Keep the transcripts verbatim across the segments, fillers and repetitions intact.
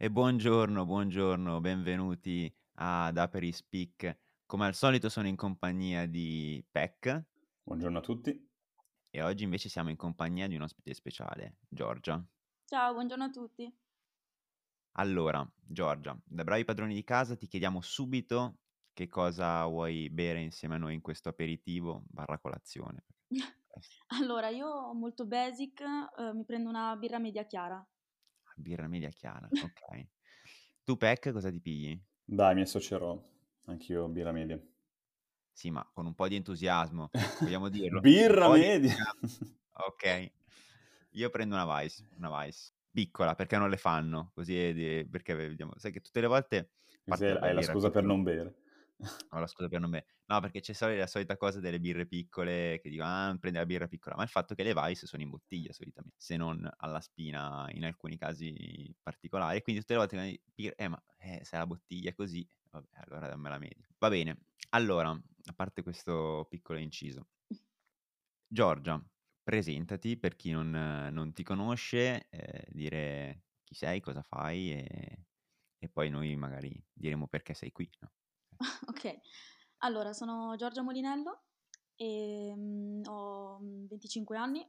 E buongiorno, buongiorno, benvenuti ad Aperi Speak. Come al solito sono in compagnia di Peck Buongiorno a tutti. e oggi invece siamo in compagnia di un ospite speciale, Giorgia. Ciao, buongiorno a tutti. Allora, Giorgia, da bravi padroni di casa ti chiediamo subito che cosa vuoi bere insieme a noi in questo aperitivo barra colazione. Allora, io molto basic, eh, mi prendo una birra media chiara. Birra media chiara, ok. Tu, Peck, cosa ti pigli? Dai, mi associerò. Anch'io birra media. Sì, ma con un po' di entusiasmo, vogliamo dirlo? Un Birra po' di media! entusiasmo. Ok. Io prendo una Weiss, una Weiss. Piccola, perché non le fanno, così è di- perché vediamo, sai che tutte le volte, a Così parte vabbè, hai la birra scusa per piccola, non bere. ho la scusa per non bere. No, perché c'è solo la solita cosa delle birre piccole che dicono, ah, prendi la birra piccola, ma il fatto che le Weiss sono in bottiglia solitamente, se non alla spina in alcuni casi particolari, quindi tutte le volte che mi dici, eh, ma eh, se la bottiglia è così, vabbè, allora dammela media. Va bene, allora, a parte questo piccolo inciso, Giorgia, presentati per chi non, non ti conosce, eh, dire chi sei, cosa fai e, e poi noi magari diremo perché sei qui, no? Ok, allora sono Giorgia Molinello e mm, ho mm, venticinque anni.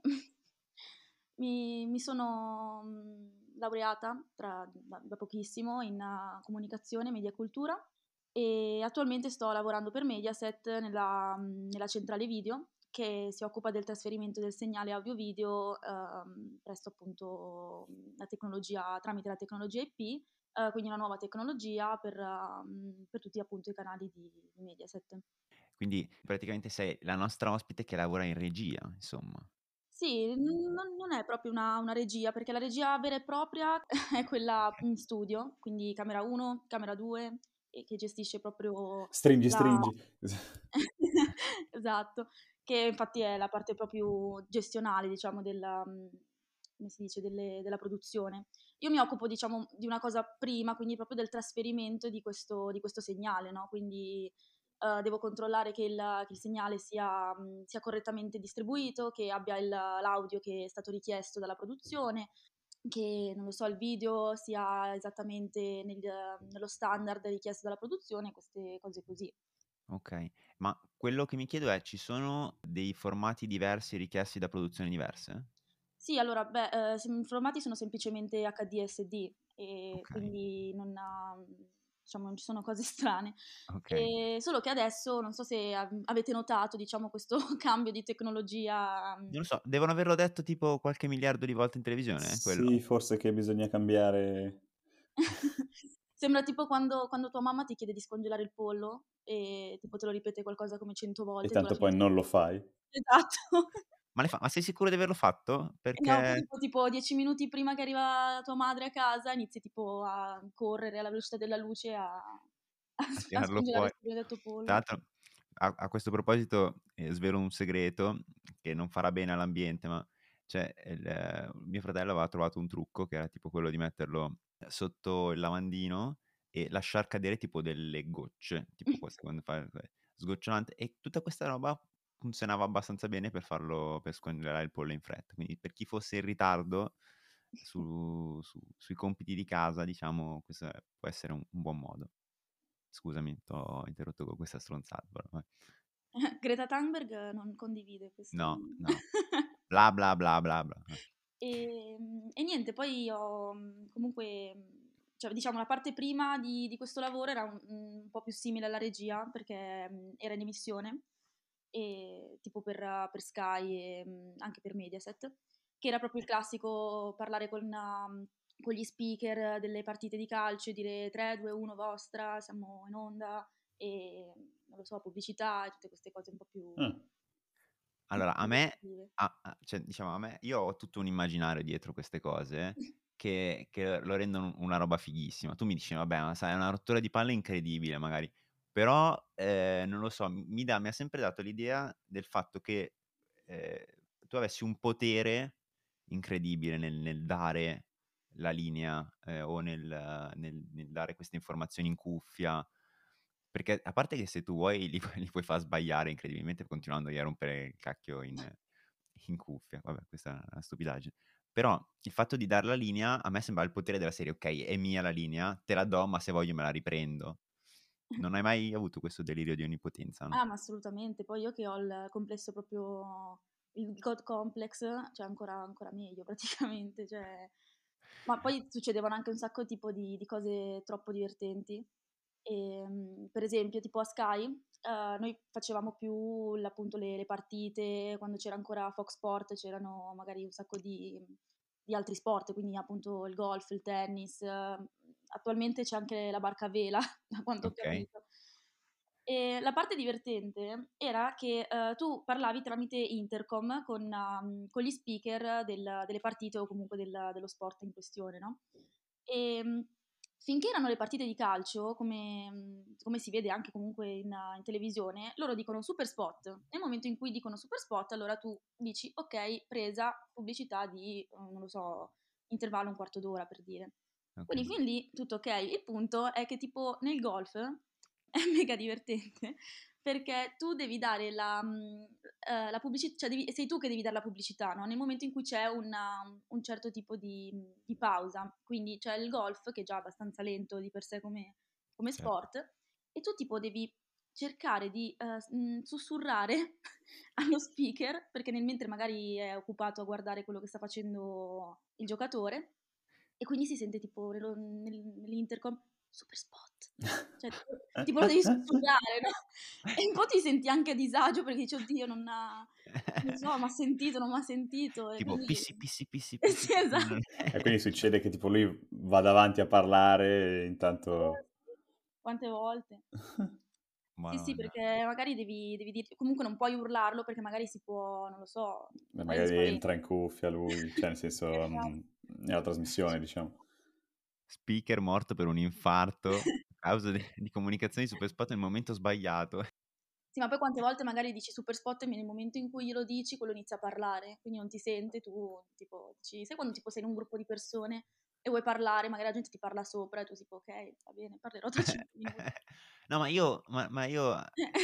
Mi, mi sono mm, laureata tra- da, da pochissimo in uh, comunicazione e media e cultura e attualmente sto lavorando per Mediaset nella, mm, nella centrale video che si occupa del trasferimento del segnale audio-video ehm, presso appunto la tecnologia, tramite la tecnologia I P, eh, quindi una nuova tecnologia per, ehm, per tutti appunto i canali di, di Mediaset. Quindi praticamente sei la nostra ospite che lavora in regia, insomma. Sì, n- non, non è proprio una, una regia, perché la regia vera e propria è quella Ok. in studio, quindi camera uno, camera due, e che gestisce proprio Stringi, la... stringi. Esatto, che infatti è la parte proprio gestionale, diciamo, della, mm, come si dice, delle- della produzione. Io mi occupo, diciamo, di una cosa prima, quindi proprio del trasferimento di questo, di questo segnale, no? Quindi eh, devo controllare che il, che il segnale sia, mh, sia correttamente distribuito, che abbia il- l'audio che è stato richiesto dalla produzione, che, non lo so, il video sia esattamente nel- nello standard richiesto dalla produzione, queste cose così. Ok, ma quello che mi chiedo è, ci sono dei formati diversi richiesti da produzioni diverse? Sì, allora, beh, eh, sem- i formati sono semplicemente H D S D e Ok, quindi non, ha- diciamo, non ci sono cose strane. ok. E solo che adesso, non so se av- avete notato, diciamo, questo cambio di tecnologia. mm, Non lo so, devono averlo detto tipo qualche miliardo di volte in televisione, eh, quello? Sì, forse che bisogna cambiare. Sembra tipo quando, quando tua mamma ti chiede di scongelare il pollo e tipo te lo ripete qualcosa come cento E volte e tu alla tanto fine... poi non lo fai. Esatto. Ma, le fa- ma sei sicuro di averlo fatto? E no, poi Perché tipo, tipo dieci minuti prima che arriva tua madre a casa inizi tipo a correre alla velocità della luce a, a, a a tirarlo scongelare fuori. il benedetto Tra pollo. l'altro, a, a questo proposito, eh, svelo un segreto che non farà bene all'ambiente, ma cioè, il, eh, mio fratello aveva trovato un trucco che era tipo quello di metterlo sotto il lavandino e lasciar cadere tipo delle gocce, tipo questo quando fa sgocciolante, e tutta questa roba funzionava abbastanza bene per farlo, per scongelare il pollo in fretta. Quindi per chi fosse in ritardo su- su- sui compiti di casa, diciamo, questo è- può essere un, un buon modo. Scusami, ti ho interrotto con questa stronzata, però, vabbè. Greta Thunberg non condivide questo. No, no. Bla bla bla bla bla. E, mm, e niente, poi ho mm, comunque, mm, cioè, diciamo, la parte prima di, di questo lavoro era un, un po' più simile alla regia perché mm, era in emissione, e, tipo per, per Sky e mm, anche per Mediaset, che era proprio il classico parlare con, um, con gli speaker delle partite di calcio e dire tre, due, uno vostra, siamo in onda e non lo so, pubblicità e tutte queste cose un po' più, un Ah, po' Allora, a più me, lavorative. a- a- cioè, diciamo, a me, io ho tutto un immaginario dietro queste cose che, che lo rendono una roba fighissima. Tu mi dici, vabbè, ma sai, è una rottura di palle incredibile, magari. Però, eh, non lo so, mi, dà- mi ha sempre dato l'idea del fatto che eh, tu avessi un potere incredibile nel, nel dare la linea eh, o nel, nel- nel dare queste informazioni in cuffia. Perché a parte che se tu vuoi li, puoi li puoi far sbagliare incredibilmente continuando a rompere il cacchio in, in cuffia. Vabbè, questa è una stupidaggine. Però il fatto di dar la linea a me sembra il potere della serie: "Okay, è mia la linea, te la do, ma se voglio me la riprendo." Non hai mai avuto questo delirio di onnipotenza, no? Ah, ma assolutamente. Poi io che ho il complesso proprio il God complex, cioè ancora, ancora meglio praticamente. Cioè... Ma poi succedevano anche un sacco tipo di, di cose troppo divertenti. E, per esempio, tipo a Sky, eh, noi facevamo più l- appunto le, le partite, quando c'era ancora Fox Sport c'erano magari un sacco di, di altri sport, quindi appunto il golf, il tennis. eh, Attualmente c'è anche la barca a vela, da quanto ho Okay, capito. E la parte divertente era che eh, tu parlavi tramite intercom con, um, con gli speaker del- delle partite o comunque del- dello sport in questione, no? E mm, finché erano le partite di calcio, come, mm, come si vede anche comunque in, in televisione, loro dicono super spot. Nel momento in cui dicono super spot, allora tu dici ok, presa pubblicità di, eh, non lo so, intervallo un quarto d'ora per dire. okay. Quindi fin lì tutto ok. Il punto è che tipo nel golf è mega divertente perché tu devi dare la, la pubblicità, cioè devi, sei tu che devi dare la pubblicità, no? Nel momento in cui c'è una, un certo tipo di, di pausa. Quindi c'è il golf che è già abbastanza lento di per sé come, come Certo. sport e tu tipo devi cercare di uh, sussurrare allo speaker perché nel mentre magari è occupato a guardare quello che sta facendo il giocatore e quindi si sente tipo nello- nel- nell'intercom super spot. Cioè, tipo, tipo lo devi sussurrare, no? E un po' ti senti anche a disagio perché dici, oddio, non ha, non so, ma ha sentito, non mi ha sentito. E Tipo quindi, pissi, pissi, pissi, eh pissi, sì, pissi. esatto. E quindi succede che tipo lui va davanti a parlare e intanto... Quante volte? Sì, sì, Madonna. perché magari devi, devi dire, comunque non puoi urlarlo perché magari si può, non lo so, Beh, magari si magari entra spaventa. in cuffia lui, cioè nel senso Esatto. mh, nella trasmissione, diciamo. Speaker morto per un infarto a causa de di comunicazioni super spot nel momento sbagliato. Sì, ma poi quante volte magari dici super spot e nel momento in cui glielo dici quello inizia a parlare, quindi non ti sente, tu tipo dici, sai quando tipo sei in un gruppo di persone e vuoi parlare, magari la gente ti parla sopra e tu tipo ok, va bene, parlerò tra cinque minuti. No, ma io ma ma io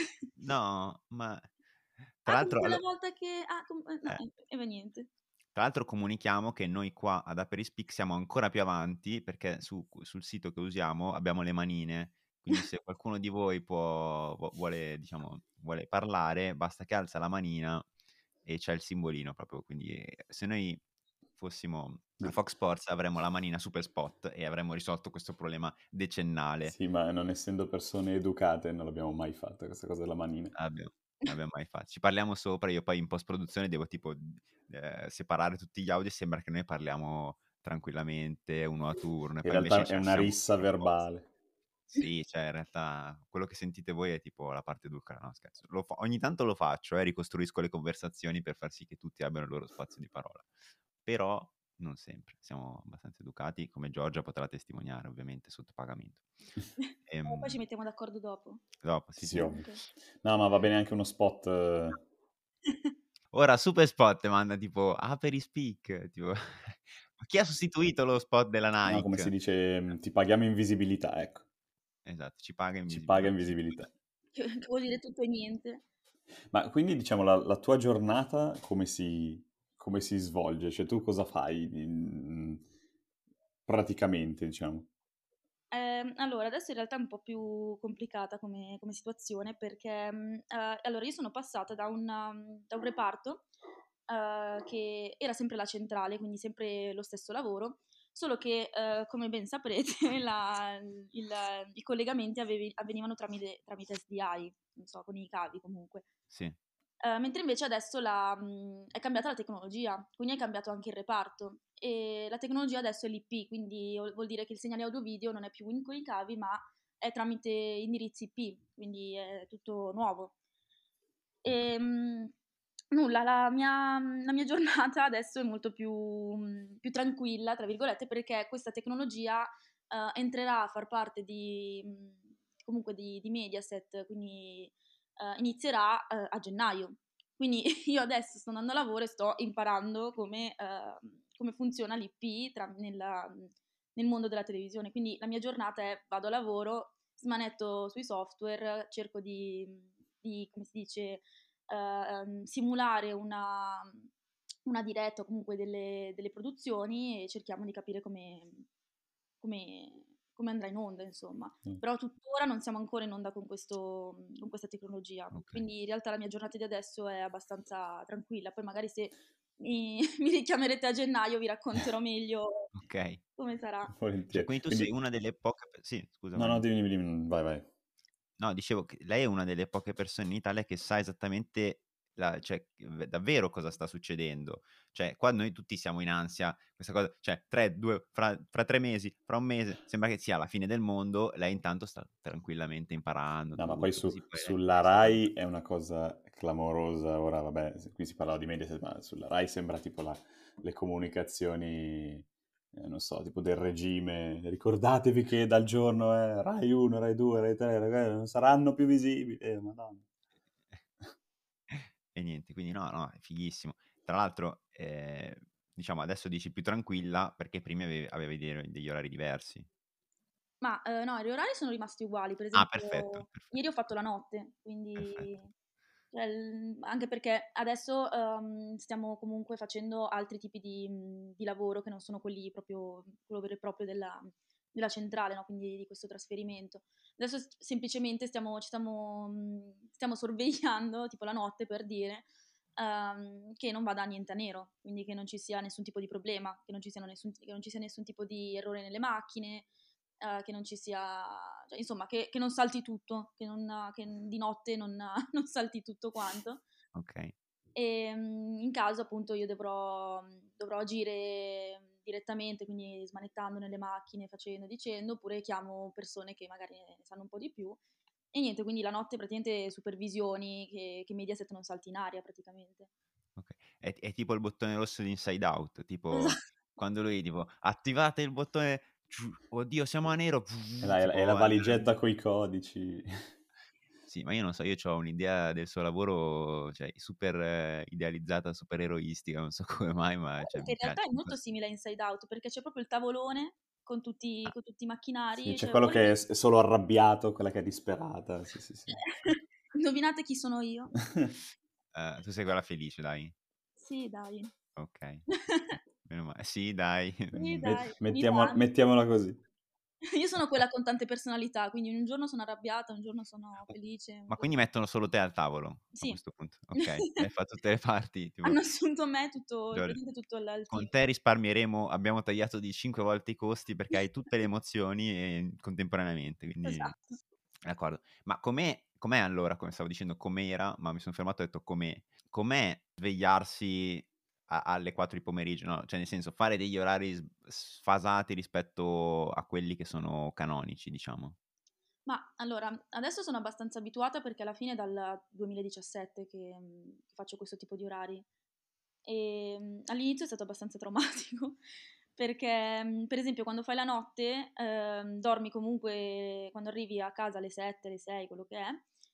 no, ma tra Ah, come l'altro quella allo volta che... Ah, com... eh, no, eh. e e va niente. Tra l'altro comunichiamo che noi qua ad Aperispeak siamo ancora più avanti perché su sul sito che usiamo abbiamo le manine, quindi se qualcuno di voi può vu vuole diciamo, vuole parlare, basta che alza la manina e c'è il simbolino proprio, quindi, ehm, se noi fossimo a Fox Sports avremmo la manina super spot e avremmo risolto questo problema decennale. Sì, ma non essendo persone educate non l'abbiamo mai fatta questa cosa della manina. Abbia non abbiamo mai fa ci parliamo sopra, io poi in post produzione devo tipo, ehm, separare tutti gli audio e sembra che noi parliamo tranquillamente, uno a turno, e In poi invece realtà è cioè una siamo rissa super opposti. verbale. Sì, cioè in realtà quello che sentite voi è tipo la parte educa no scherzo. Lo fa ogni tanto lo faccio, eh, ricostruisco le conversazioni per far sì che tutti abbiano il loro spazio di parola. Però non sempre, siamo abbastanza educati, come Giorgia potrà testimoniare ovviamente sotto pagamento. Eh, poi ci Ehm, mettiamo d'accordo dopo. dopo sì, Sì, sì. ovvio. Ok. No, ma va bene anche uno spot. eh, Ora Super Spot manda tipo Aperispeak, tipo ma chi ha sostituito lo spot della No, come si Nike? dice, mh, ti paghiamo in visibilità, ecco. Esatto, ci paga in Ci paga in visibilità. visibilità. Che, che vuol dire tutto e niente. Ma quindi diciamo la, la tua giornata come si, come si svolge? Cioè tu cosa fai in- praticamente, diciamo? Ehm, allora, adesso in realtà è un po' più complicata come, come situazione perché mh, eh, allora io sono passata da, una- da un reparto eh, che era sempre la centrale, quindi sempre lo stesso lavoro, solo che eh, come ben saprete la- il- i collegamenti avevi- avvenivano tramite, tramite S D I, non so, con i cavi comunque. Sì, Eh, mentre invece adesso la, mh, è cambiata la tecnologia, quindi è cambiato anche il reparto e la tecnologia adesso è l'I P, quindi vuol dire che il segnale audio-video non è più in con i cavi, ma è tramite indirizzi I P, quindi è tutto nuovo. E, mh, nulla, la mia, la mia giornata adesso è molto più, mh, più tranquilla, tra virgolette, perché questa tecnologia eh, entrerà a far parte di, mh, comunque di, di Mediaset, quindi eh, inizierà eh, a gennaio. Quindi io adesso sto andando a lavoro e sto imparando come, eh, come funziona l'I P tra- nella- nel mondo della televisione. Quindi la mia giornata è vado a lavoro, smanetto sui software, cerco di, di come si dice, eh, simulare una, una diretta o comunque delle, delle produzioni e cerchiamo di capire come, come, come andrà in onda, insomma. Mm. Però tuttora non siamo ancora in onda con, questo, con questa tecnologia, Ok. quindi in realtà la mia giornata di adesso è abbastanza tranquilla, poi magari se mi, mi richiamerete a gennaio vi racconterò meglio Ok. come sarà. Cioè, Volentieri. quindi tu Quindi... sei una delle poche... pe- Sì, scusa, No, no, vai. dimmi, dimmi, dimmi, vai, vai. No, dicevo che lei è una delle poche persone in Italia che sa esattamente la- cioè, v- davvero cosa sta succedendo. Cioè, qua noi tutti siamo in ansia, questa cosa, cioè, tre, due, fra, fra tre mesi, fra un mese, sembra che sia la fine del mondo, lei intanto sta tranquillamente imparando No, ma poi tutto, su, così poi lei sulla si organizza. Rai è una cosa clamorosa. Ora, vabbè, se- qui si parlava di Mediaset, ma sulla Rai sembra tipo la- le comunicazioni, eh, non so, tipo del regime. Ricordatevi che dal giorno è Rai uno, Rai due, Rai tre, ragazzi, non saranno più visibili. Eh, madonna. E niente, quindi no, no, è fighissimo. Tra l'altro, eh, diciamo, adesso dici più tranquilla perché prima avevi, avevi dei- degli orari diversi. Ma eh, no, gli orari sono rimasti uguali, per Ah, perfetto, esempio perfetto, ieri ho fatto la notte, quindi perfetto. cioè, il- anche perché adesso ehm, stiamo comunque facendo altri tipi di, mh, di lavoro che non sono quelli proprio, quello vero e proprio della, della centrale, no? Quindi di questo trasferimento. Adesso s- semplicemente stiamo, ci stiamo, mh, stiamo sorvegliando, tipo la notte per dire, ehm, che non vada niente a nero, quindi che non ci sia nessun tipo di problema, che non ci siano nessun, che non ci sia nessun tipo di errore nelle macchine, eh, che non ci sia, cioè, insomma, che, che non salti tutto, che, non, che di notte non, non salti tutto quanto. Ok. E mm, in caso appunto io dovrò, dovrò agire direttamente, quindi smanettando nelle macchine, facendo, dicendo, oppure chiamo persone che magari ne sanno un po' di più. E niente, quindi la notte praticamente supervisioni che, che Mediaset non salti in aria praticamente. Ok. È, è tipo il bottone rosso di Inside Out, tipo Esatto. quando lui tipo attivate il bottone, giu- oddio siamo a nero, È la, è la- è la tipo andare- valigetta coi codici. Sì, ma io non so, io ho un'idea del suo lavoro, cioè, super eh, idealizzata, super eroistica, non so come mai, ma cioè, Perché mi in realtà piace. è molto simile a Inside Out, perché c'è proprio il tavolone con tutti, Ah, con tutti i Sì, macchinari, c'è cioè quello o che è lui... s- è solo arrabbiato, quella che è disperata. Sì, sì, sì. Indovinate chi sono io? eh, tu sei quella felice, dai. Sì, dai. Ok. Meno male. Sì, dai. Sì, Met- dai, ogni mettiamo- tanto. mettiamola così. Io sono quella con tante personalità, quindi un giorno sono arrabbiata, un giorno sono felice, un Ma quindi giorno... mettono solo te al tavolo a Sì. questo punto? Ok. Lei fa tutte le parti, tipo... Hanno assunto me tutto, Giorgio, praticamente tutto il, il con team. te risparmieremo, abbiamo tagliato di cinque volte i costi perché hai tutte le emozioni e- contemporaneamente, quindi Esatto. d'accordo. Ma com'è, com'è allora, come stavo dicendo, com'era, ma mi sono fermato e ho detto com'è, com'è svegliarsi a- alle quattro di pomeriggio, no? Cioè nel senso fare degli orari s- sfasati rispetto a quelli che sono canonici, diciamo. Ma allora, adesso sono abbastanza abituata perché alla fine è dal duemiladiciassette che, mm, che faccio questo tipo di orari. E mm, all'inizio è stato abbastanza traumatico perché, mm, per esempio, quando fai la notte, ehm, dormi comunque, quando arrivi a casa alle sette, alle sei, quello che è,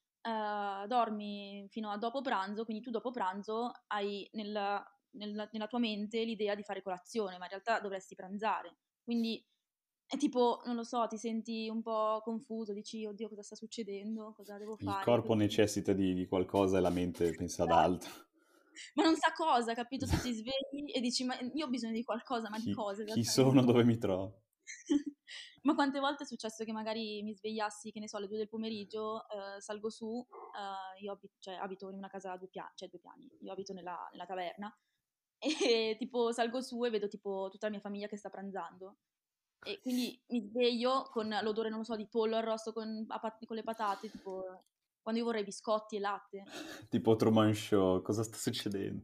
eh, dormi fino a dopo pranzo, quindi tu dopo pranzo hai nella, nella- nella tua mente l'idea di fare colazione, ma in realtà dovresti pranzare. Quindi è tipo, non lo so, ti senti un po' confuso, dici, oddio, cosa sta succedendo? Cosa devo Il fare? corpo Cosa- necessita di, di qualcosa e la mente pensa ad Esatto. altro. Ma non sa cosa, capito? Tu ti svegli e dici, ma io ho bisogno di qualcosa, ma di Chi, cosa chi sono, esattamente? dove mi trovo? Ma quante volte è successo che magari mi svegliassi, che ne so, alle due del pomeriggio, eh, salgo su, eh, io abito, cioè, abito in una casa a due piani, cioè due piani, io abito nella, nella taverna, e tipo salgo su e vedo tipo tutta la mia famiglia che sta pranzando. E quindi mi sveglio con l'odore, non lo so, di pollo arrosto con, a pat- con le patate, tipo quando io vorrei biscotti e latte. Tipo Truman Show, cosa sta succedendo?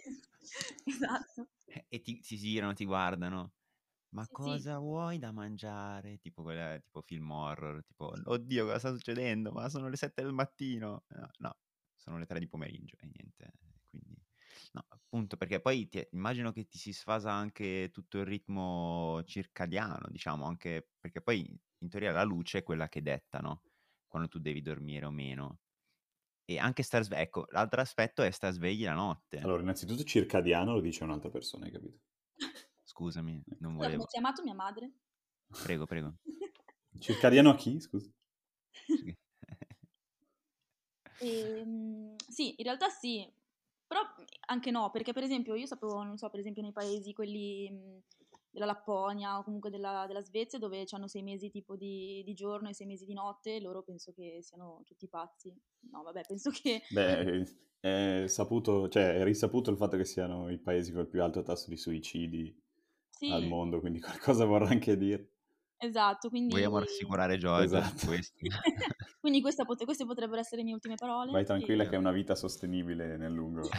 Esatto. Eh, E ti, si girano, ti guardano. Ma Sì, sì. cosa vuoi da mangiare? Tipo, quella, tipo film horror, tipo, oddio, cosa sta succedendo? Ma sono le sette del mattino. No, no, sono le tre di pomeriggio e niente. Quindi, no, appunto, perché poi ti- immagino che ti si sfasa anche tutto il ritmo circadiano, diciamo, anche perché poi in teoria la luce è quella che detta, no? Quando tu devi dormire o meno. E anche star svegli, ecco, l'altro aspetto è star svegli la notte. Allora, innanzitutto circadiano lo dice un'altra persona, hai capito? Scusami, non Scusa, come volevo. ha chiamato mia madre? Prego, prego. Circadiano a chi, scusa? Ehm, sì, in realtà sì. Però anche no, perché per esempio io sapevo, non so, per esempio nei paesi quelli mh, della Lapponia o comunque della, della Svezia dove hanno sei mesi tipo di, di giorno e sei mesi di notte, loro penso che siano tutti pazzi. No, vabbè, penso che... Beh, è saputo, cioè, è risaputo il fatto che siano i paesi col più alto tasso di suicidi al Sì, mondo, quindi qualcosa vorrà anche dire. esatto, Vogliamo quindi... rassicurare Giorgia su Esatto. questo? quindi questa pot- queste potrebbero essere le mie ultime Vai parole. tranquilla E... che è una vita sostenibile nel lungo.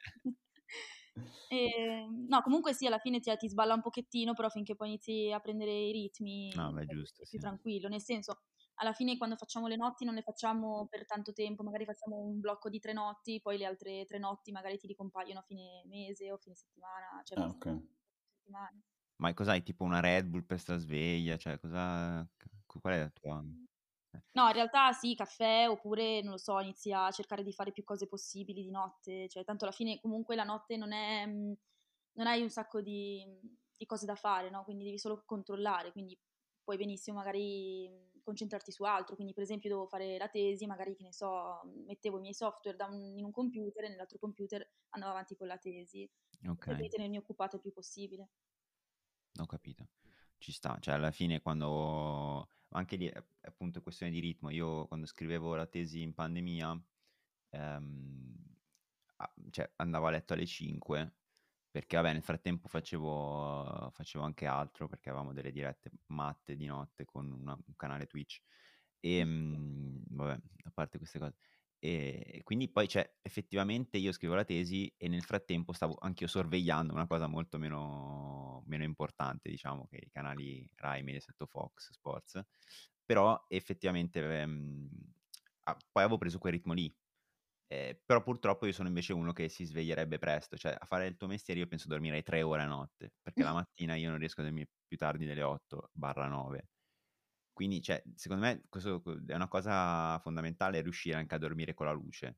E, no, comunque sì, alla fine ti, ti sballa un pochettino, però finché poi inizi a prendere i No, ritmi beh, è, giusto, è più sì. tranquillo, nel senso, alla fine quando facciamo le notti non le facciamo per tanto tempo, magari facciamo un blocco di tre notti, poi le altre tre notti magari ti ricompaiono a fine mese o fine settimana, cioè Ah, fine ok. settimana. Ma cos'hai, tipo una Red Bull per sta sveglia? Cioè, cosa... Qual è la tua... eh, No, in realtà sì, caffè, oppure, non lo so, inizi a cercare di fare più cose possibili di notte, cioè tanto alla fine comunque la notte non è, mh, non hai un sacco di, di cose da fare, no? Quindi devi solo controllare, quindi puoi benissimo magari mh, concentrarti su altro, quindi per esempio devo fare la tesi, magari che ne so, mettevo i miei software da un- in un computer e nell'altro computer andavo avanti con la tesi, Ok, cerco di tenermi occupata il più possibile. ho capito. Ci sta. Cioè, alla fine quando... Anche lì è è appunto questione di ritmo. Io quando scrivevo la tesi in pandemia, ehm, a- cioè, andavo a letto alle cinque, perché vabbè, nel frattempo facevo, facevo anche altro, perché avevamo delle dirette matte di notte con una- un canale Twitch. E mm, vabbè, a parte queste cose. E quindi poi, cioè, effettivamente io scrivo la tesi e nel frattempo stavo anch'io sorvegliando una cosa molto meno, meno importante, diciamo, che i canali Rai, Mediaset o Fox Sports. Però effettivamente ehm, ah, poi avevo preso quel ritmo lì. Eh, però purtroppo io sono invece uno che si sveglierebbe presto, cioè a fare il tuo mestiere io penso dormirei tre ore a notte, perché la mattina io non riesco a dormire più tardi delle otto nove. Quindi, cioè, secondo me questo è una cosa fondamentale, riuscire anche a dormire con la luce,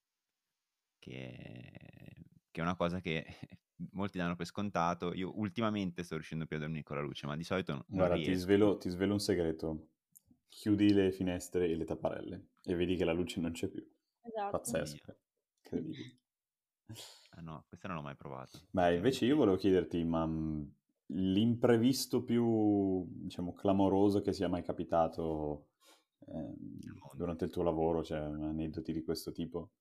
che, che è una cosa che molti danno per scontato. Io ultimamente sto riuscendo più a dormire con la luce, ma di solito non, non Guarda, ti riesco. svelo, ti svelo un segreto. Chiudi le finestre e le tapparelle e vedi che la luce non c'è più. Esatto. Oddio. Pazzesco, incredibile. Ah no, questa non l'ho mai provata, Beh, invece io effettivamente. volevo chiederti, ma mh, l'imprevisto più, diciamo, clamoroso che sia mai capitato ehm, Al mondo. durante il tuo lavoro, cioè aneddoti di questo tipo?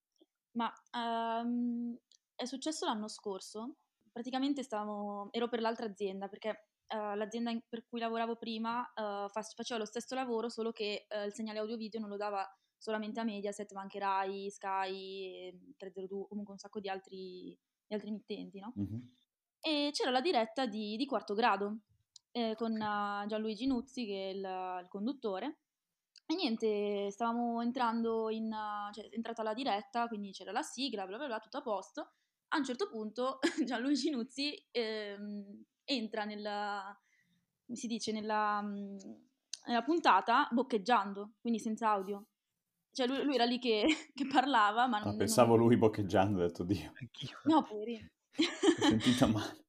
Ma ehm, è successo l'anno scorso. Praticamente stavamo, ero per l'altra azienda perché eh, l'azienda in- per cui lavoravo prima eh, fa- faceva lo stesso lavoro, solo che eh, il segnale audio-video non lo dava solamente a Mediaset, ma anche Rai, Sky, ehm, trecentodue, comunque un sacco di altri, di altri emittenti, no? Mhm. E c'era la diretta di, di Quarto Grado eh, con Ok. eh, Gianluigi Nuzzi, che è il, il conduttore. E niente, stavamo entrando in, uh, cioè è entrata la diretta, quindi c'era la sigla, bla bla bla, tutto a posto. A un certo punto Gianluigi Nuzzi ehm, entra nella, come si dice, nella, mm, nella puntata boccheggiando, quindi senza audio. Cioè lui, lui era lì che, che parlava, ma Ah, non, non- pensavo lui boccheggiando, ho detto, Dio, Anch'io. No, poverino. ho sentito male.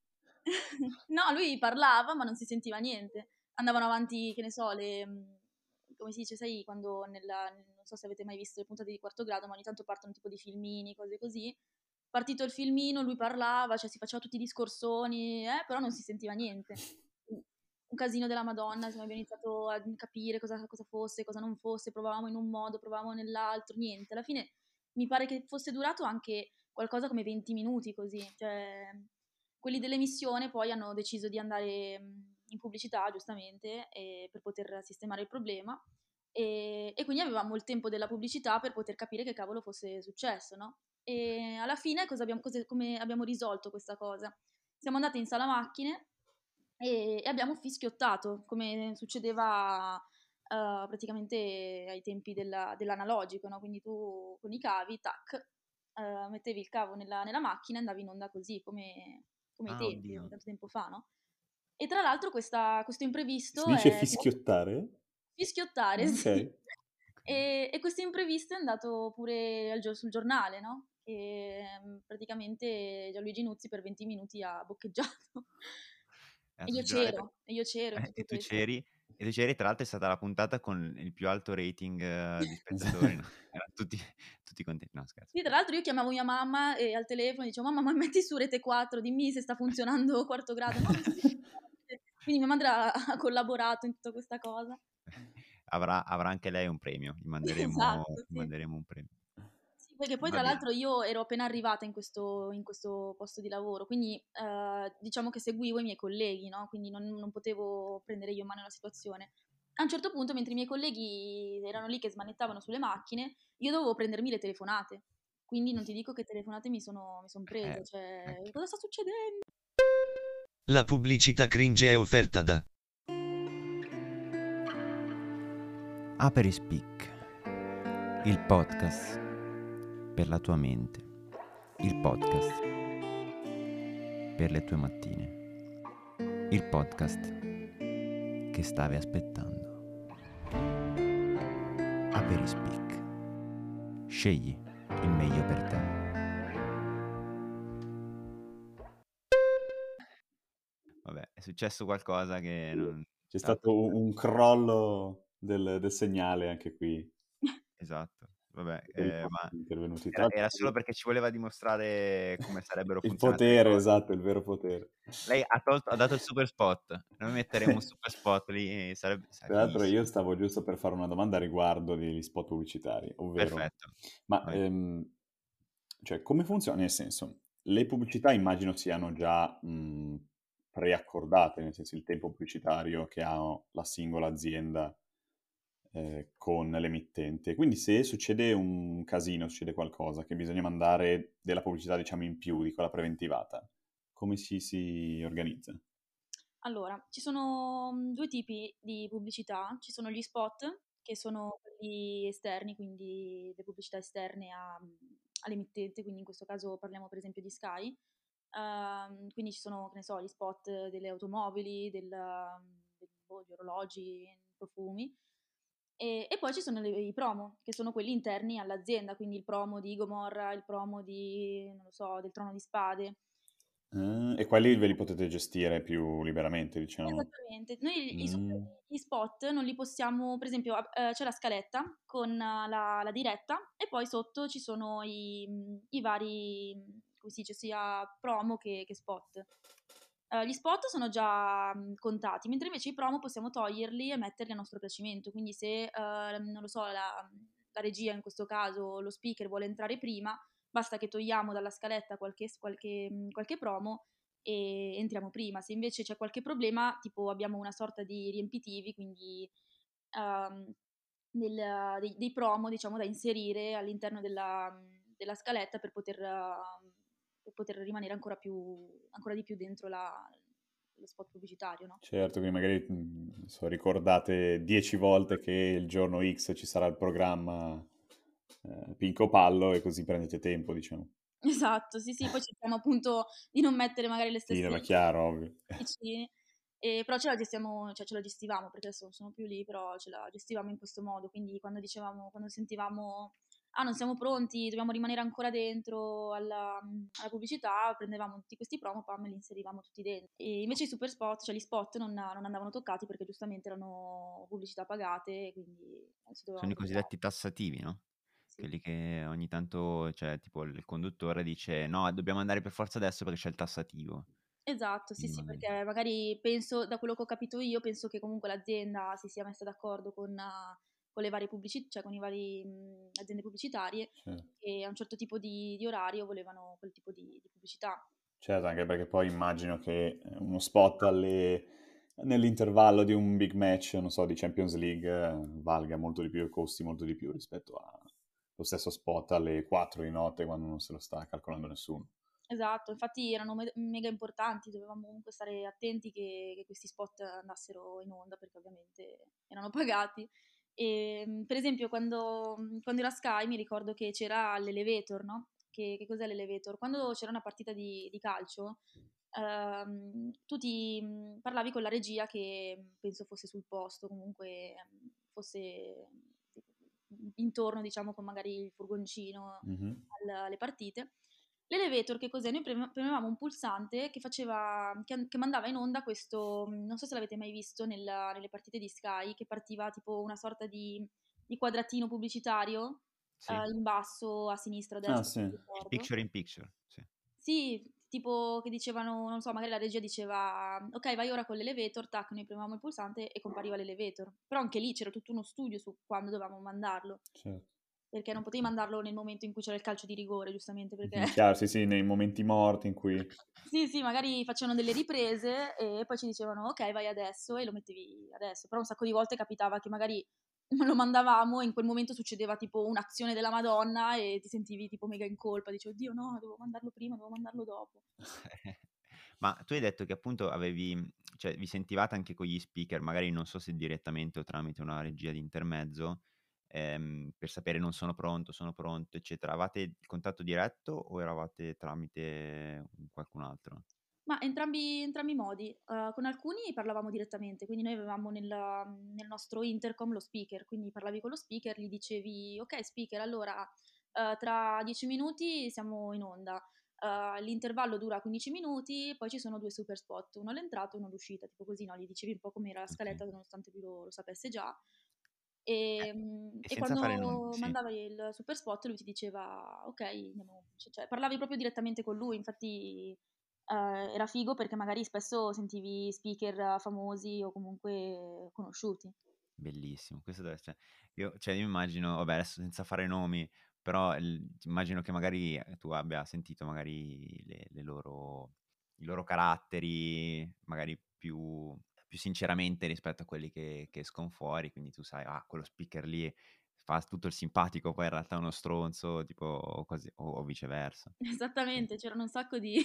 No, lui parlava, ma non si sentiva niente. Andavano avanti, che ne so, le... mh, come si dice, sai, quando nella... non so se avete mai visto le puntate di Quarto Grado, ma ogni tanto partono tipo di filmini, cose così. Partito il filmino, lui parlava, cioè si faceva tutti i discorsoni, eh, però non si sentiva niente. Un casino della Madonna, insomma, abbiamo iniziato a capire cosa, cosa fosse, cosa non fosse, provavamo in un modo, provavamo nell'altro, niente. Alla fine mi pare che fosse durato anche qualcosa come venti minuti così, cioè quelli dell'emissione poi hanno deciso di andare mh, in pubblicità, giustamente, e- per poter sistemare il problema e, e quindi avevamo il tempo della pubblicità per poter capire che cavolo fosse successo, no? E alla fine cosa abbiamo, cose- come abbiamo risolto questa cosa? Siamo andati in sala macchine e, e abbiamo fischiottato, come succedeva eh, praticamente ai tempi della- dell'analogico, no? Quindi tu con i cavi, tac, eh, mettevi il cavo nella, nella macchina e andavi in onda così, come, come ai Ah, tempi, oddio. come tanto tempo fa, no? E tra l'altro questa- questo Si imprevisto dice è fischiottare? fischiottare, Ah, sì. ok. Ok. E, e questo imprevisto è andato pure al gio- sul giornale, no? Che mm, praticamente Gianluigi Nuzzi per venti minuti ha boccheggiato. È E andato io sul giornale per... c'ero, e io c'ero in eh, tutto e tu questo. c'eri? E tu c'eri, tra l'altro è stata la puntata con il più alto rating eh, di spettatori, no? Erano tutti, tutti contenti, no scherzo. Sì, tra l'altro io chiamavo mia mamma e al telefono dicevo mamma ma metti su Rete quattro, dimmi se sta funzionando quarto grado. No, non si sente. Quindi mia madre ha, ha collaborato in tutta questa cosa. Avrà, avrà anche lei un premio, gli manderemo, Esatto, gli sì. manderemo un premio. Sì, perché poi Va tra bene. l'altro io ero appena arrivata in questo, in questo posto di lavoro, quindi eh, diciamo che seguivo i miei colleghi, no? Quindi non, non potevo prendere io in mano la situazione. A un certo punto, mentre i miei colleghi erano lì che smanettavano sulle macchine, io dovevo prendermi le telefonate. Quindi non ti dico che telefonate mi sono, mi son presa, Eh, cioè, ecco. cosa sta succedendo? La pubblicità cringe è offerta da Aperispeak, il podcast per la tua mente, il podcast per le tue mattine, il podcast che stavi aspettando. Aperispeak, scegli il meglio per te. Vabbè, è successo qualcosa che non... C'è tra stato l'altro- un, un crollo del, del segnale anche qui. Esatto, vabbè, Per i eh, ma nostri intervenuti. Tra era, l'altro, era solo perché ci voleva dimostrare come sarebbero il funzionate le potere, cose. esatto, il vero potere. Lei ha, tolto, ha dato il super spot, noi metteremo un super spot lì, sarebbe, sarebbe Tra l'altro io fighissimo. stavo giusto per fare una domanda a riguardo degli spot pubblicitari, ovvero, Perfetto. ma Vai. ehm, cioè, come funziona? Nel senso, le pubblicità immagino siano già mh, preaccordate, nel senso il tempo pubblicitario che ha la singola azienda eh, con l'emittente. Quindi se succede un casino, succede qualcosa, che bisogna mandare della pubblicità, diciamo, in più di quella preventivata, come ci si organizza? Allora, ci sono mm, due tipi di pubblicità, ci sono gli spot, che sono quelli esterni, quindi le pubblicità esterne a- mm, all'emittente, quindi in questo caso parliamo per esempio di Sky. Ehm, quindi ci sono, che ne so, gli spot delle automobili, del, mm, del- boh, di orologi, profumi. E, e poi ci sono le- i promo, che sono quelli interni all'azienda, quindi il promo di Gomorra, il promo di, non lo so, del Trono di Spade. Eh, e quelli ve li potete gestire più liberamente, diciamo. Esattamente. Noi i super Mm, gli spot non li possiamo per esempio, a ehm, c'è la scaletta con eh, la la diretta e poi sotto ci sono i mhmm, i vari, mhmm, come si dice, sia promo che che spot. Ehm, gli spot sono già, mhmm, contati, mentre invece i promo possiamo toglierli e metterli a nostro piacimento. Quindi se, ehm, non lo so, la mhmm, la regia, in questo caso lo speaker, vuole entrare prima, basta che togliamo dalla scaletta qualche s qualche mhmm, qualche promo e entriamo prima. Se invece c'è qualche problema, tipo abbiamo una sorta di riempitivi, quindi ehm, del- dei, dei promo, diciamo, da inserire all'interno della, della scaletta per poter, ehm, per poter rimanere ancora, più, ancora di più dentro la- lo spot pubblicitario, no? certo, quindi magari mm, non so, ricordate dieci volte che il giorno X ci sarà il programma eh, Pinco Pallo e così prendete tempo, diciamo. Esatto, sì, sì, poi cerchiamo appunto di non mettere magari le Sì, stesse ma chiaro, ovvio. vicine, e però ce la gestiamo, cioè ce la gestivamo, perché adesso non sono più lì, però ce la gestivamo in questo modo, quindi quando dicevamo, quando sentivamo, ah non siamo pronti, dobbiamo rimanere ancora dentro alla, alla pubblicità, prendevamo tutti questi promo, pam, e li inserivamo tutti dentro. E invece i super spot, cioè gli spot non, non andavano toccati perché giustamente erano pubblicità pagate, e quindi si Sono dovevano i togliere. cosiddetti tassativi, no? Sì. Quelli che ogni tanto, cioè, tipo il conduttore dice no, dobbiamo andare per forza adesso perché c'è il tassativo. Esatto, sì, Quindi sì, magari... perché magari penso, da quello che ho capito io, penso che comunque l'azienda si sia messa d'accordo con, eh, con le varie pubblicità, cioè con i vari mh, aziende pubblicitarie, Certo. e a un certo tipo di, di orario volevano quel tipo di, di pubblicità. Certo, anche perché poi immagino che eh, uno spot alle- nell'intervallo di un big match, non so, di Champions League, eh, valga molto di più e costi molto di più rispetto allo stesso spot alle quattro di notte quando non se lo sta calcolando nessuno. Esatto, infatti erano me- mega importanti, dovevamo comunque stare attenti che, che questi spot andassero in onda perché ovviamente erano pagati. E, mh, per esempio, quando, quando era Sky mi ricordo che c'era l'elevator, no? Che, che cos'è l'elevator? Quando c'era una partita di, di calcio, ehm, tu ti mh, parlavi con la regia che mh, penso fosse sul posto, comunque mh, fosse mh, intorno, diciamo, con magari il furgoncino Mhm. al- alle partite L'elevator che cos'è? Noi preme- premevamo un pulsante che faceva, che, che mandava in onda questo, non so se l'avete mai visto nella- nelle partite di Sky, che partiva tipo una sorta di, di quadratino pubblicitario Sì. eh, in basso a sinistra o a Ah, destra, sì. non mi ricordo. Picture in picture, sì. Sì, tipo che dicevano, non so, magari la regia diceva ok, vai ora con l'elevator, tac, noi premevamo il pulsante e compariva l'elevator. Però anche lì c'era tutto uno studio su quando dovevamo mandarlo, Certo. perché non potevi mandarlo nel momento in cui c'era il calcio di rigore, giustamente, perché Mhm, chiaro, sì, sì, nei momenti morti in cui... sì, sì, magari facevano delle riprese e poi ci dicevano ok, vai adesso e lo mettevi adesso. Però un sacco di volte capitava che magari lo mandavamo e in quel momento succedeva tipo un'azione della Madonna e ti sentivi tipo mega in colpa, dici oddio no, devo mandarlo prima, devo mandarlo dopo. Ma tu hai detto che appunto avevi, cioè vi sentivate anche con gli speaker, magari non so se direttamente o tramite una regia di intermezzo, ehm, per sapere non sono pronto, sono pronto, eccetera. Avevate il contatto diretto o eravate tramite un- qualcun altro? Ma entrambi, entrambi i modi. Uh, con alcuni parlavamo direttamente, quindi noi avevamo nel, nel nostro intercom lo speaker, quindi parlavi con lo speaker, gli dicevi ok speaker, allora uh, tra dieci minuti siamo in onda. Uh, l'intervallo dura quindici minuti, poi ci sono due super spot, uno all'entrata e uno all'uscita, tipo così, no? Gli dicevi un po' com'era la Ok. scaletta, nonostante lui lo, lo sapesse già. Eh, E, mm, e e senza fare nomi, quando sì. mandavi il super spot lui ti diceva ok, andiamo, cioè parlavi proprio direttamente con lui, infatti eh, era figo perché magari spesso sentivi speaker famosi o comunque conosciuti. Bellissimo, questo deve essere... Io, cioè, io immagino, vabbè, adesso senza fare nomi, però il- immagino che magari eh, tu abbia sentito magari le, le loro, i loro caratteri, magari più, più sinceramente rispetto a quelli che, che escono fuori, quindi tu sai, ah, quello speaker lì fa tutto il simpatico, poi in realtà è uno stronzo, tipo, o, così, o, o viceversa. Eh, Esattamente, c'erano un sacco di,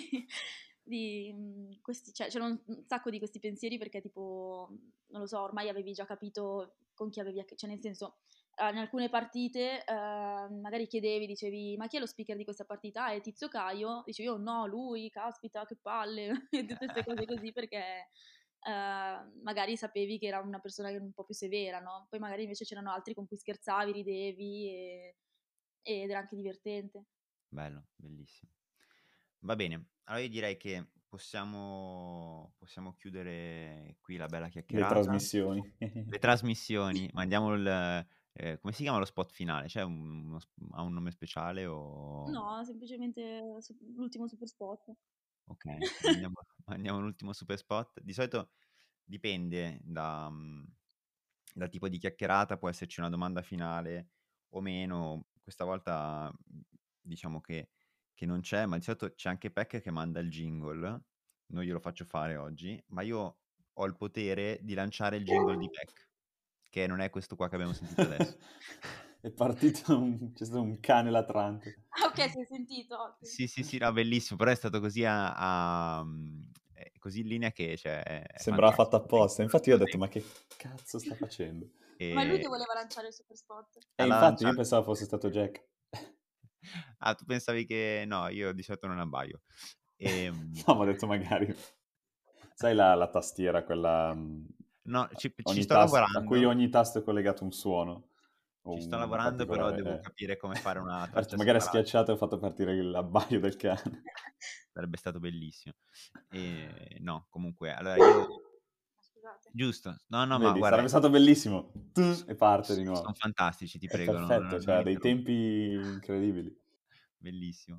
di, mh, questi, cioè c'erano un sacco di questi pensieri perché tipo, non lo so, ormai avevi già capito con chi avevi a che, cioè nel senso, eh, in alcune partite eh, magari chiedevi, dicevi, ma chi è lo speaker di questa partita? Ah, è Tizio Caio? Dicevi, oh no, lui, caspita, che palle, e tutte queste cose così perché eh, magari sapevi che era una persona un po' più severa, no? Poi magari invece c'erano altri con cui scherzavi, ridevi e- ed era anche divertente. Bello, bellissimo. Va bene, allora io direi che possiamo, possiamo chiudere qui la bella Le chiacchierata. trasmissioni. Le trasmissioni, mandiamo il... eh, come si chiama lo spot finale? C'è un- uno sp- ha un nome speciale o... No, semplicemente su- l'ultimo super spot. Ok, mandiamo, mandiamo l'ultimo super spot. Di solito dipende da, mm, dal tipo di chiacchierata, può esserci una domanda finale o meno. Questa volta mm, diciamo che, che non c'è, ma di solito c'è anche Peck che manda il jingle. Non glielo faccio fare oggi, ma io ho il potere di lanciare il jingle di Peck, che non è questo qua che abbiamo sentito adesso. È partito un... c'è stato un cane latrante. Ah, ok, si è sentito, ottimo. Sì, sì, sì, no, bellissimo, però è stato così a, a- mm, eh, così in linea che cioè, è Sembrava fatto fantastico. apposta. Infatti io ho detto, ma che cazzo sta facendo? Ma è lui E che voleva lanciare il super spot. E l'ha infatti io lanciato. pensavo fosse stato Jack. Ah, tu pensavi che... No, io di solito non abbaio. Ehm, No, ma ho detto magari... Sai la, la tastiera, quella... mh, no, ci, ci ogni sto tasto, a cui lavorando, ogni tasto è collegato un suono, o ci sto un lavorando, però particolare... devo eh. capire come fare una Ho detto, traccia magari ha separata. schiacciato e ho fatto partire l'abbaio del cane. Sarebbe stato bellissimo. E, no, comunque, allora io... Scusate. Giusto, no, no, ma Vedi, guarda, sarebbe stato bellissimo. Tu, e parte di sono nuovo. fantastici, ti È prego, non, perfetto, non, cioè non ha dei interrompi. tempi incredibili. Bellissimo.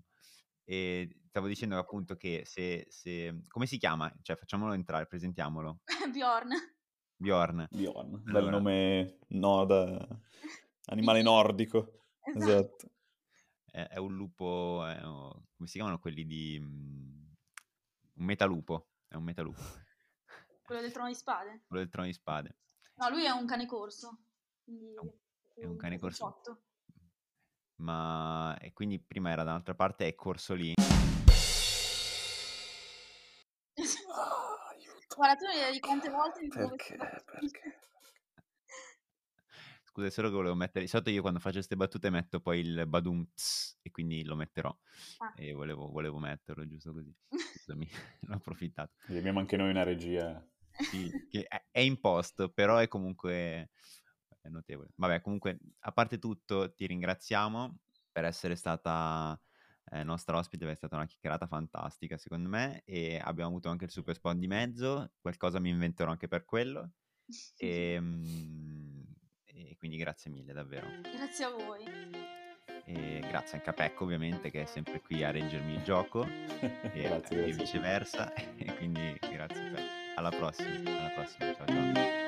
E stavo dicendo appunto che se, se... Come si chiama? Cioè, facciamolo entrare, presentiamolo. Bjorn. Bjorn. Bjorn, bel Allora, nome nord... animale Vichino. nordico. Esatto. Esatto. è, è un lupo... è un- come si chiamano quelli di... mm, un metalupo. È un metalupo. Quello del trono di spade. Quello del trono di spade. No, lui è un cane corso. Quindi È un, è un un cane corso. pasticciotto. Ma... E quindi prima era dall'altra parte, è corso lì. Ah, aiuto. Guarda, tu non hai idea di quante volte mi trovo queste Perché? battute. Perché? Scusa, è solo che volevo mettere... Di solito io quando faccio queste battute metto poi il badum tss, e quindi lo metterò. Ah. E volevo, volevo metterlo giusto così. Scusami, ne ho approfittato. Gli abbiamo anche noi una regia. Sì, che è, è in post, però è comunque è notevole. Vabbè, comunque, a parte tutto, ti ringraziamo per essere stata eh, nostra ospite, è stata una chiacchierata fantastica secondo me, e abbiamo avuto anche il Super Spawn di mezzo, qualcosa mi inventerò anche per quello, e, mm, e quindi grazie mille davvero. Grazie a voi. E grazie anche a Pecco ovviamente, che è sempre qui a reggermi il gioco, e, Grazie, e grazie a te. viceversa, e quindi grazie Pecco. Alla prossima, alla prossima, ciao ciao.